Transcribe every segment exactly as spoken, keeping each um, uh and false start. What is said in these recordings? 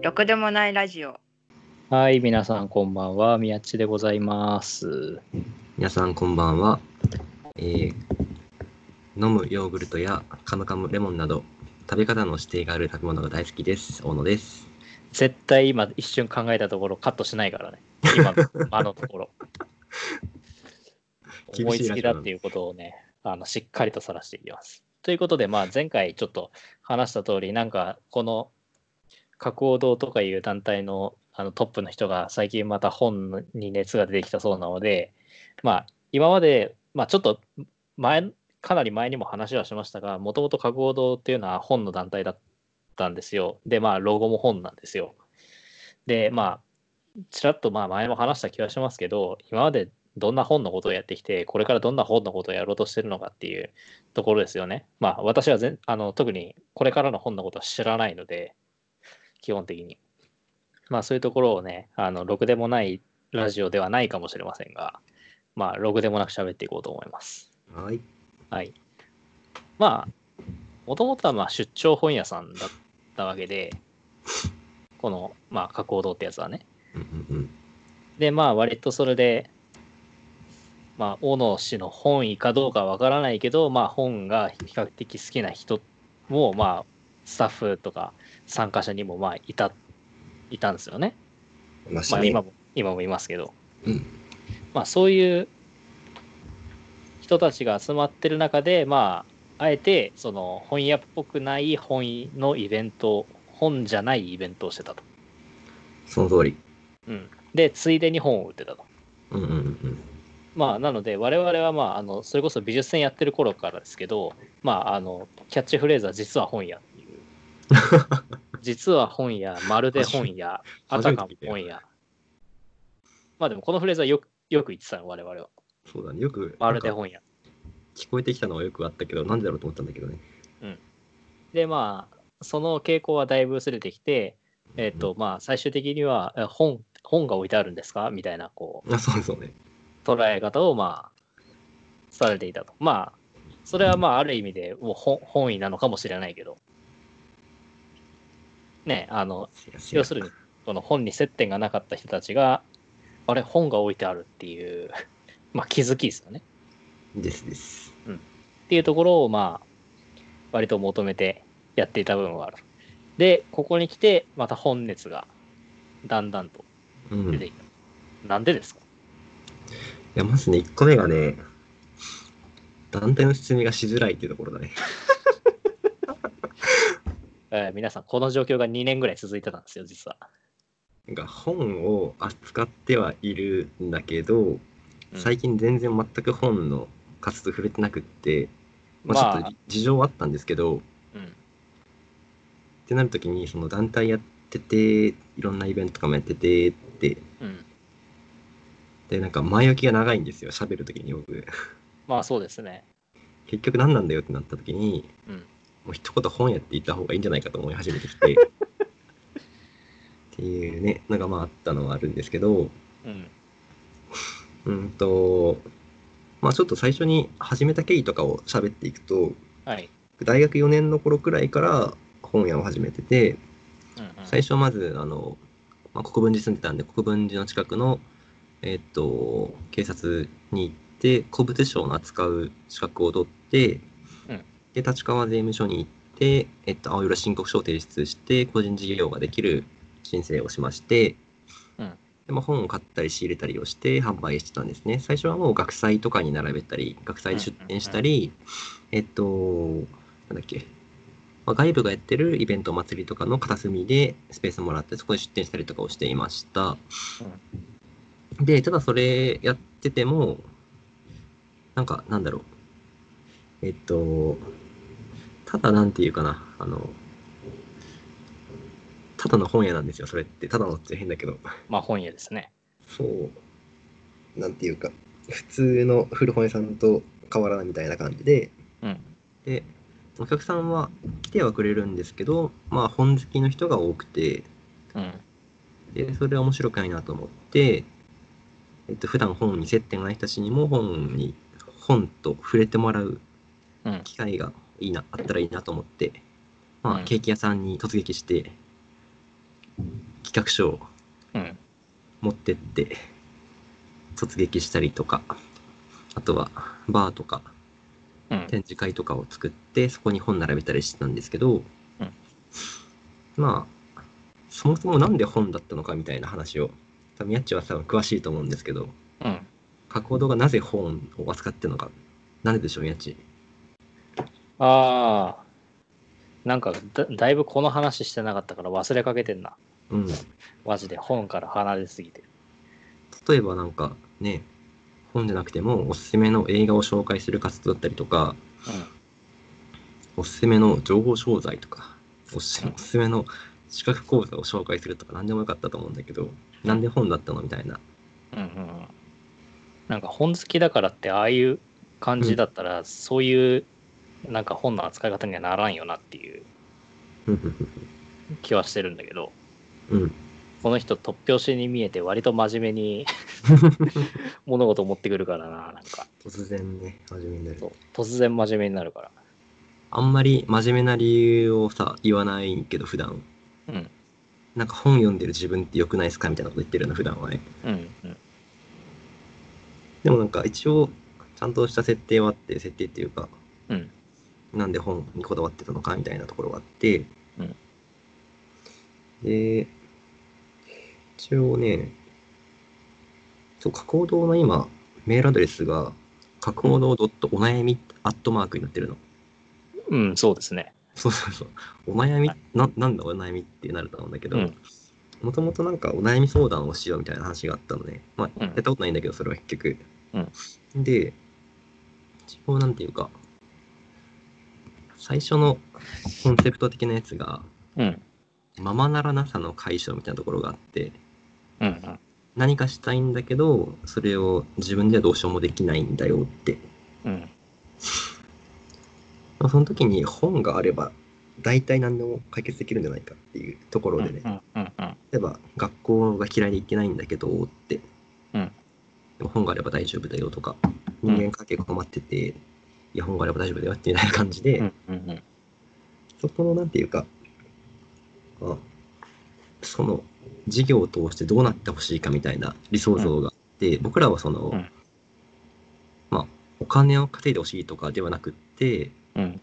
ろくでもないラジオ。 はい、皆さんこんばんは、宮地でございます。 皆さんこんばんは、えー、飲むヨーグルトやカムカムレモンなど食べ方の指定がある食べ物が大好きです。大野です。 絶対今一瞬考えたところカットしないからね、今あのところ思いつきだっていうことをね、あのしっかりとさらしていきます。ということで、まあ、前回ちょっと話した通り、なんかこの博鰲堂とかいう団体のあのトップの人が最近また本に熱が出てきたそうなので、まあ今まで、まあ、ちょっと前かなり前にも話はしましたが、もともと博鰲堂っていうのは本の団体だったんですよ。でまあロゴも本なんですよ。でまあちらっとまあ前も話した気がしますけど、今までどんな本のことをやってきて、これからどんな本のことをやろうとしてるのかっていうところですよね。まあ私はぜあの特にこれからの本のことは知らないので、基本的に。まあそういうところをね、あの、ろくでもないラジオではないかもしれませんが、まあ、ろくでもなく喋っていこうと思います。 はい。 はい。まあ、もともとはまあ出張本屋さんだったわけで、この、まあ、博鰲堂ってやつはね。 うんうんうん、 で、まあ、割とそれで、まあ、大野氏の本意かどうかわからないけど、まあ、本が比較的好きな人も、まあ、スタッフとか参加者にも、まあ、いた、いたんですよね。 まあ、 まあ、今も、今もいますけど。 うん、 まあ、そういう人たちが集まってる中で、まあ、あえてその本屋っぽくない本のイベント、本じゃないイベントをしてたと。 その通り。 うん、で、ついでに本を売ってたと。 うんうんうん。 まあ、なので、我々は、まあ、あのそれこそ美術展やってる頃からですけど、まあ、あのキャッチフレーズは実は本屋っていう。実は本屋、まるで本屋、あたかも本屋。まあでも、このフレーズはよくよく言ってたの、我々は。 そうだね、よく。 まるで本屋。 聞こえてきたのはよくあったけど、なんでだろうと思ったんだけどね。 うん。で、まあ、その傾向はだいぶ薄れてきて、えっと、まあ、最終的には、本、本が置いてあるんですかみたいな、こう。あ、そうそうね。 捉え方を、まあ、されていたと。まあ、それはまあ、ある意味で、もう本、本意なのかもしれないけど、ね、あの、要するに、この本に接点がなかった人たちが、あれ、本が置いてあるっていう、まあ、気づきですよね。 ですです。 うん。っていうところを、まあ、割と求めてやっていた部分はある。で、ここに来て、また本熱がだんだんと出てきた。うん、なんでですか？ いや、まずね、いっこめがね、団体の説明がしづらいっていうところだね。 えー、皆さん、この状況がにねんぐらい続いてたんですよ、実は。 なんか本を扱ってはいるんだけど、最近全然全く本の活動触れてなくって、まあ、ちょっと事情はあったんですけど、まあうん、ってなるときにその団体やってていろんなイベントとかもやっててって、うん、でなんか前置きが長いんですよ、喋るときに僕。 まあそうですね。 結局何なんだよってなったときに、うん、もう一言本屋って言った方がいいんじゃないかと思い始めてきてっていうねのがまああったのはあるんですけど、うんうんとまあちょっと最初に始めた経緯とかを喋っていくと、はい、大学よねんの頃くらいから本屋を始めてて、うんうん、最初はまずあの、まあ、国分寺住んでたんで国分寺の近くの、えー、っと警察に行って古物商の扱う資格を取って、うん、で立川税務署に行って、えっと、青色申告書を提出して個人事業ができる申請をしまして、うんでも本を買ったり仕入れたりをして販売してたんですね。最初はもう学祭とかに並べたり、学祭で出展したり、うんうんうん、えっと、なんだっけ、まあ、外部がやってるイベントお祭りとかの片隅でスペースもらってそこで出展したりとかをしていました。うん、で、ただそれやってても、なんかなんだろう。えっと、ただなんていうかな、あの、ただの本屋なんですよ、それって。ただのって変だけど。 まあ本屋ですね。 そう。なんていうか、普通の古本屋さんと変わらないみたいな感じで、うん、で、お客さんは来てはくれるんですけど、まあ本好きの人が多くて、うん、で、それは面白くないなと思って、えっと、普段本に接点がない人たちにも本に、本と触れてもらう機会がいいな、うん、あったらいいなと思って、まあ、ケーキ屋さんに突撃して、 企画書をうん持ってって突撃したりとか、あとはバーとかうん展示会とかを作ってそこに本並べたりしてたんですけど、 うんまあそもそもなんで本だったのかみたいな話を、多分やっちは多分詳しいと思うんですけど、 うん博報堂がなぜ本を扱ってるのか、なんででしょう、やっち。 ああ、なんかだだいぶこの話してなかったから忘れかけてんな。 うん。 マジで本から離れすぎて。 例えばなんかね、本じゃなくてもおすすめの映画を紹介する活動だったりとか、 うんおすすめの情報商材とか、おすうんおすすめの資格講座を紹介するとか何でもよかったと思うんだけど、なんで本だったのみたいな。 うんうんうん。なんか本好きだからってああいう感じだったら、そういうなんか本の扱い方にはならんよなっていう気はしてるんだけど、 うん。 この人突拍子に見えて割と真面目に物事を持ってくるからな、なんか突然ね、真面目になる。 そう突然真面目になるから。 あんまり真面目な理由をさ、言わないけど、普段。 うんなんか本読んでる自分って良くないですかみたいなこと言ってるの、普段はね。 うんうんでもなんか一応、ちゃんとした設定はあって、設定っていうか、 うんなんで本にこだわってたのかみたいなところがあって、 うんで、一応ね、そう、加工堂の今、メールアドレスが、加工堂 お悩みアットマークになってるの。 うん、そうですね。 そうそうそう。お悩み、 はいな、なんだお悩みってなると思うんだけど、 うんもともとなんかお悩み相談をしようみたいな話があったのね。まあ、 うんやったことないんだけど、それは結局。 うんで、一応なんていうか、最初のコンセプト的なやつが、 うんままならなさの解消みたいなところがあって、 うんうん何かしたいんだけど、それを自分ではどうしようもできないんだよって。 うんまあ、その時に本があれば、大体何でも解決できるんじゃないかっていうところでね。 うんうんうん例えば、学校が嫌いで行ってないんだけどって、 うんでも本があれば大丈夫だよとか、 うん人間関係が困ってて、いや、本があれば大丈夫だよっていうような感じで、 うんうんうんそこのなんていうか、あその事業を通してどうなってほしいかみたいな理想像があって、僕らはその、 うんまあ、お金を稼いでほしいとかではなくって、 うん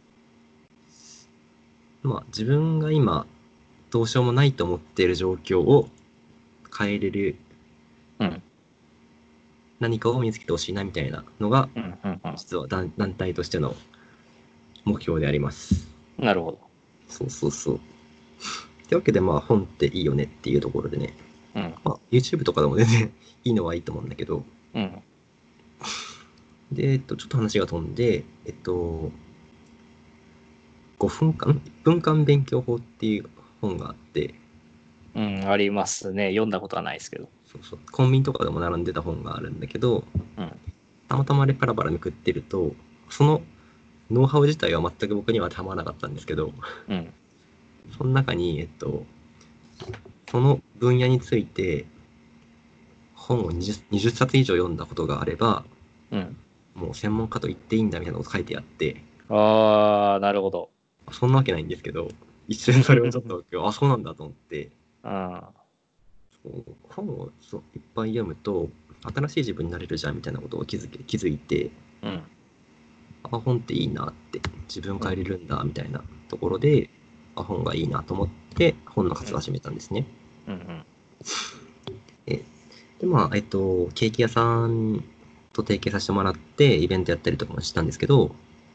まあ、自分が今どうしようもないと思っている状況を変えれるうん何かを見つけてほしいなみたいなのが、 うんうんうん実は団団体としての目標であります。 なるほど。 そうそうそう。ってわけで、まあ、本っていいよねっていうところでね、 うんまあ、YouTube とかでも全然いいのはいいと思うんだけど、 うんで、えっと、ちょっと話が飛んで、えっと、ごふんかん、いっぷんかん勉強法っていう本があって、 うんありますね。読んだことはないですけど。 そうそう、コンビニとかでも並んでた本があるんだけど、 うんたまたまあれパラパラめくってると、そのノウハウ自体は全く僕には当てはまらなかったんですけど、 うんその中に、えっと、その分野について本を 20, にじゅっさつ以上読んだことがあれば、 うんもう専門家と言っていいんだみたいなこと書いてあって、 ああなるほど。 そんなわけないんですけど、一瞬それをちょっと、あ、そうなんだと思って、 あそう本をそういっぱい読むと、新しい自分になれるじゃんみたいなことを気づけ気づいて、 うんあ、本っていいなって、自分変えれるんだみたいなところで、あ、本がいいなと思って本の活動を始めたんですね。 うんうんえで、まあ、えっと、ケーキ屋さんと提携させてもらって、イベントやったりとかもしたんですけど、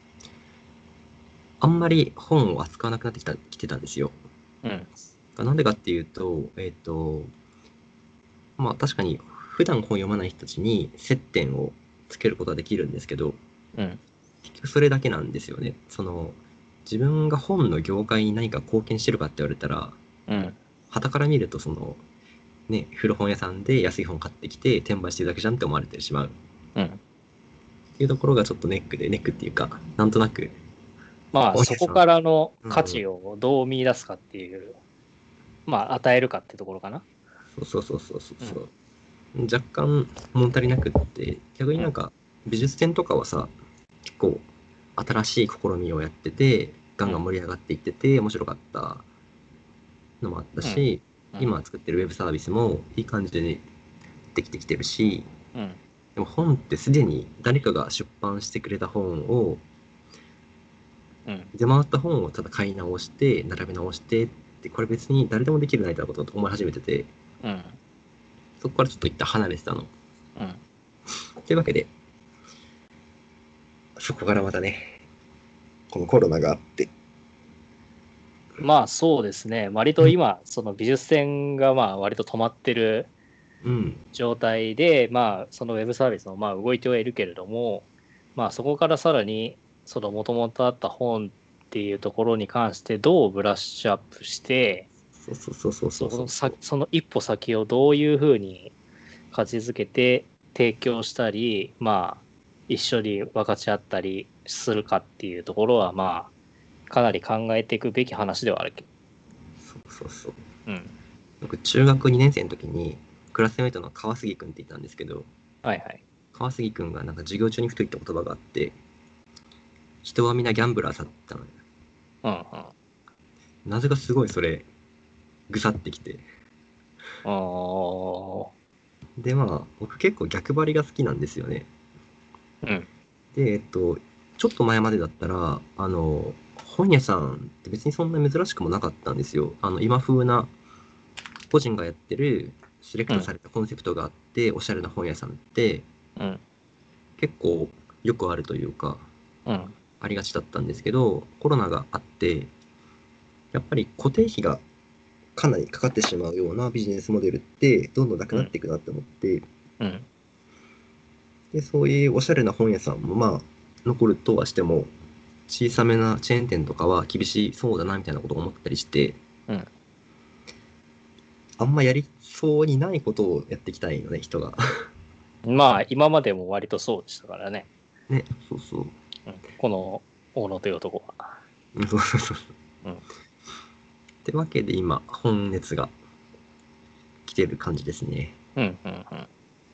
あんまり本を扱わなくなってきたきてたんですよ。 うんなんでかっていうと、えっと、まあ確かに普段本読まない人たちに接点をつけることはできるんですけど、 うん結局それだけなんですよね。その、自分が本の業界に何か貢献してるかって言われたら、 うん傍から見るとその、ね、古本屋さんで安い本買ってきて転売してるだけじゃんって思われてしまう。 うんっていうところがちょっとネックで、ネックっていうか、なんとなく、 まあそこからの価うん値をどう見出すかっていう、まあ与えるかってところかな。 そうそうそうそうそう、うん、若干物足りなくって、逆になんか美術展とかはさ、結構新しい試みをやってて、ガンガン盛り上がっていってて面白かったのもあったし、 今作ってるウェブサービスもいい感じでできてきてるし、 うん、 でも本ってすでに誰かが出版してくれた本を、 うん、 出回った本をただ買い直して並べ直してって、これ別に誰でもできるなみたいなことを思い始めてて、 うん、 そこからちょっと一旦離れてたの。 うん。 というわけで、そこからまたね、このコロナがあって。 まあそうですね、割と今、その美術展がまあ割と止まってる状態で、うん、まあそのウェブサービスのまあ動いてはいるけれども、まあそこからさらに、そのもともとあった本っていうところに関してどうブラッシュアップして、その一歩先をどういうふうに価値づけて提供したり、まあ一緒に分かち合ったりするかっていうところはまあかなり考えていくべき話ではあるけど。 そうそうそう。 うん。 僕中学にねん生の時にクラスメイトの川杉君っていたんですけど、 はいはい。 川杉君がなんか授業中にふと言った言葉があって、人はみんなギャンブラーさってたのよ。 うんうん。 なぜかすごいそれぐさってきて。 ああ。 でまあ僕結構逆張りが好きなんですよね。 うん。 でえっとちょっと前までだったらあの本屋さんって別にそんな珍しくもなかったんですよ。あの今風な個人がやってるセレクトされたコンセプトがあって、うん、おしゃれな本屋さんって、うん、結構よくあるというか、うん、ありがちだったんですけど、コロナがあってやっぱり固定費がかなりかかってしまうようなビジネスモデルってどんどんなくなっていくなって思って、うんうん、でそういうおしゃれな本屋さんもまあ残るとはしても小さめなチェーン店とかは厳しそうだなみたいなことを思ったりして、うん、あんまやりそうにないことをやっていきたいのね、人が。 まあ今までも割とそうでしたからね。 ね、そうそう。うん、 この大野という男は。 そうそうそう。うん、ってわけで今本熱が来てる感じですね。 うんうんうん。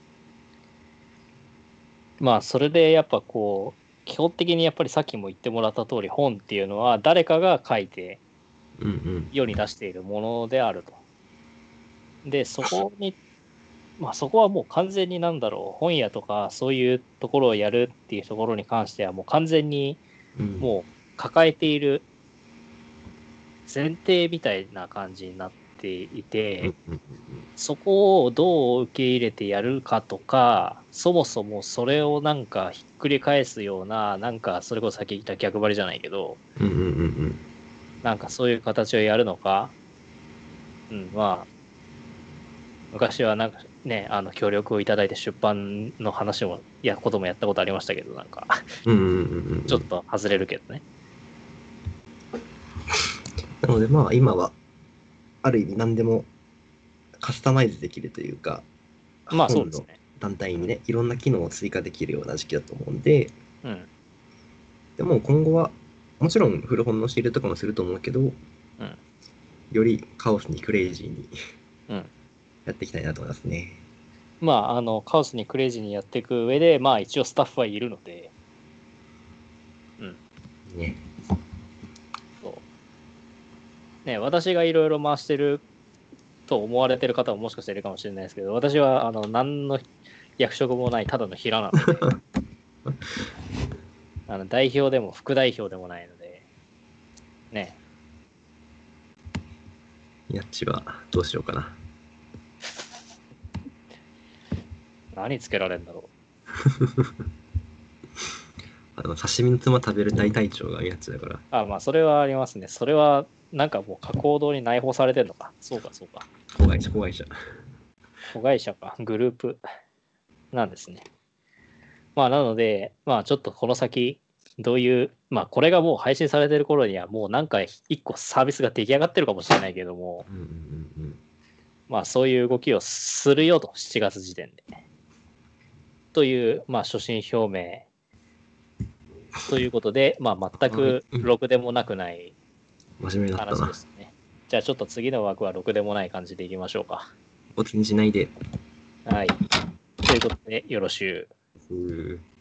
まあそれでやっぱこう基本的にやっぱりさっきも言ってもらった通り本っていうのは誰かが書いて世に出しているものであると。でそこにまあそこはもう完全になんだろう本屋とかそういうところをやるっていうところに関してはもう完全にもう抱えている前提みたいな感じになっていて、そこをどう受け入れてやるかとか、そもそもそれをなんかひっくり返すような、なんかそれこそさっき言った逆張りじゃないけど、なんかそういう形をやるのか、うん、まあ、昔はなんかね、あの協力をいただいて出版の話もやこともやったことありましたけど、なんかちょっと外れるけどね。 なのでまあ今はある意味何でもカスタマイズできるというか、 まあそうですね。 団体にね、いろんな機能を追加できるような時期だと思うんで、 うん、 でも今後はもちろん古本の仕入れとかもすると思うけど、うん、よりカオスにクレイジーに、うん、やっていきたいなと思いますね。 まあ、あのカオスにクレイジーにやっていく上で、まあ一応スタッフはいるので、うん。ね。そう。ね、私がいろいろ回してると思われてる方ももしかしているかもしれないですけど、私はあの何の役職もないただの平なので、あの代表でも副代表でもないので、ね。 やっちはどうしようかな。 何つけられるんだろう。 あの刺身のつま食べる大隊長がやつだから。 あ、まあそれはありますね。それはなんかもう加工堂に内包されてるのか。そうかそうか。 子会社子会社。 子会社か。グループなんですね。まあなので、まあちょっとこの先、どういう、まあこれがもう配信されてる頃にはもうなんか一個サービスが出来上がってるかもしれないけども、うんうんうん、まあそういう動きをするよと、しちがつ時点で。という、まあ所信表明ということで、まあ全くろくでもなくない話ですね。じゃあちょっと次の枠はろくでもない感じでいきましょうか。 お気にしないで。 はい。ということでよろしゅう。 うー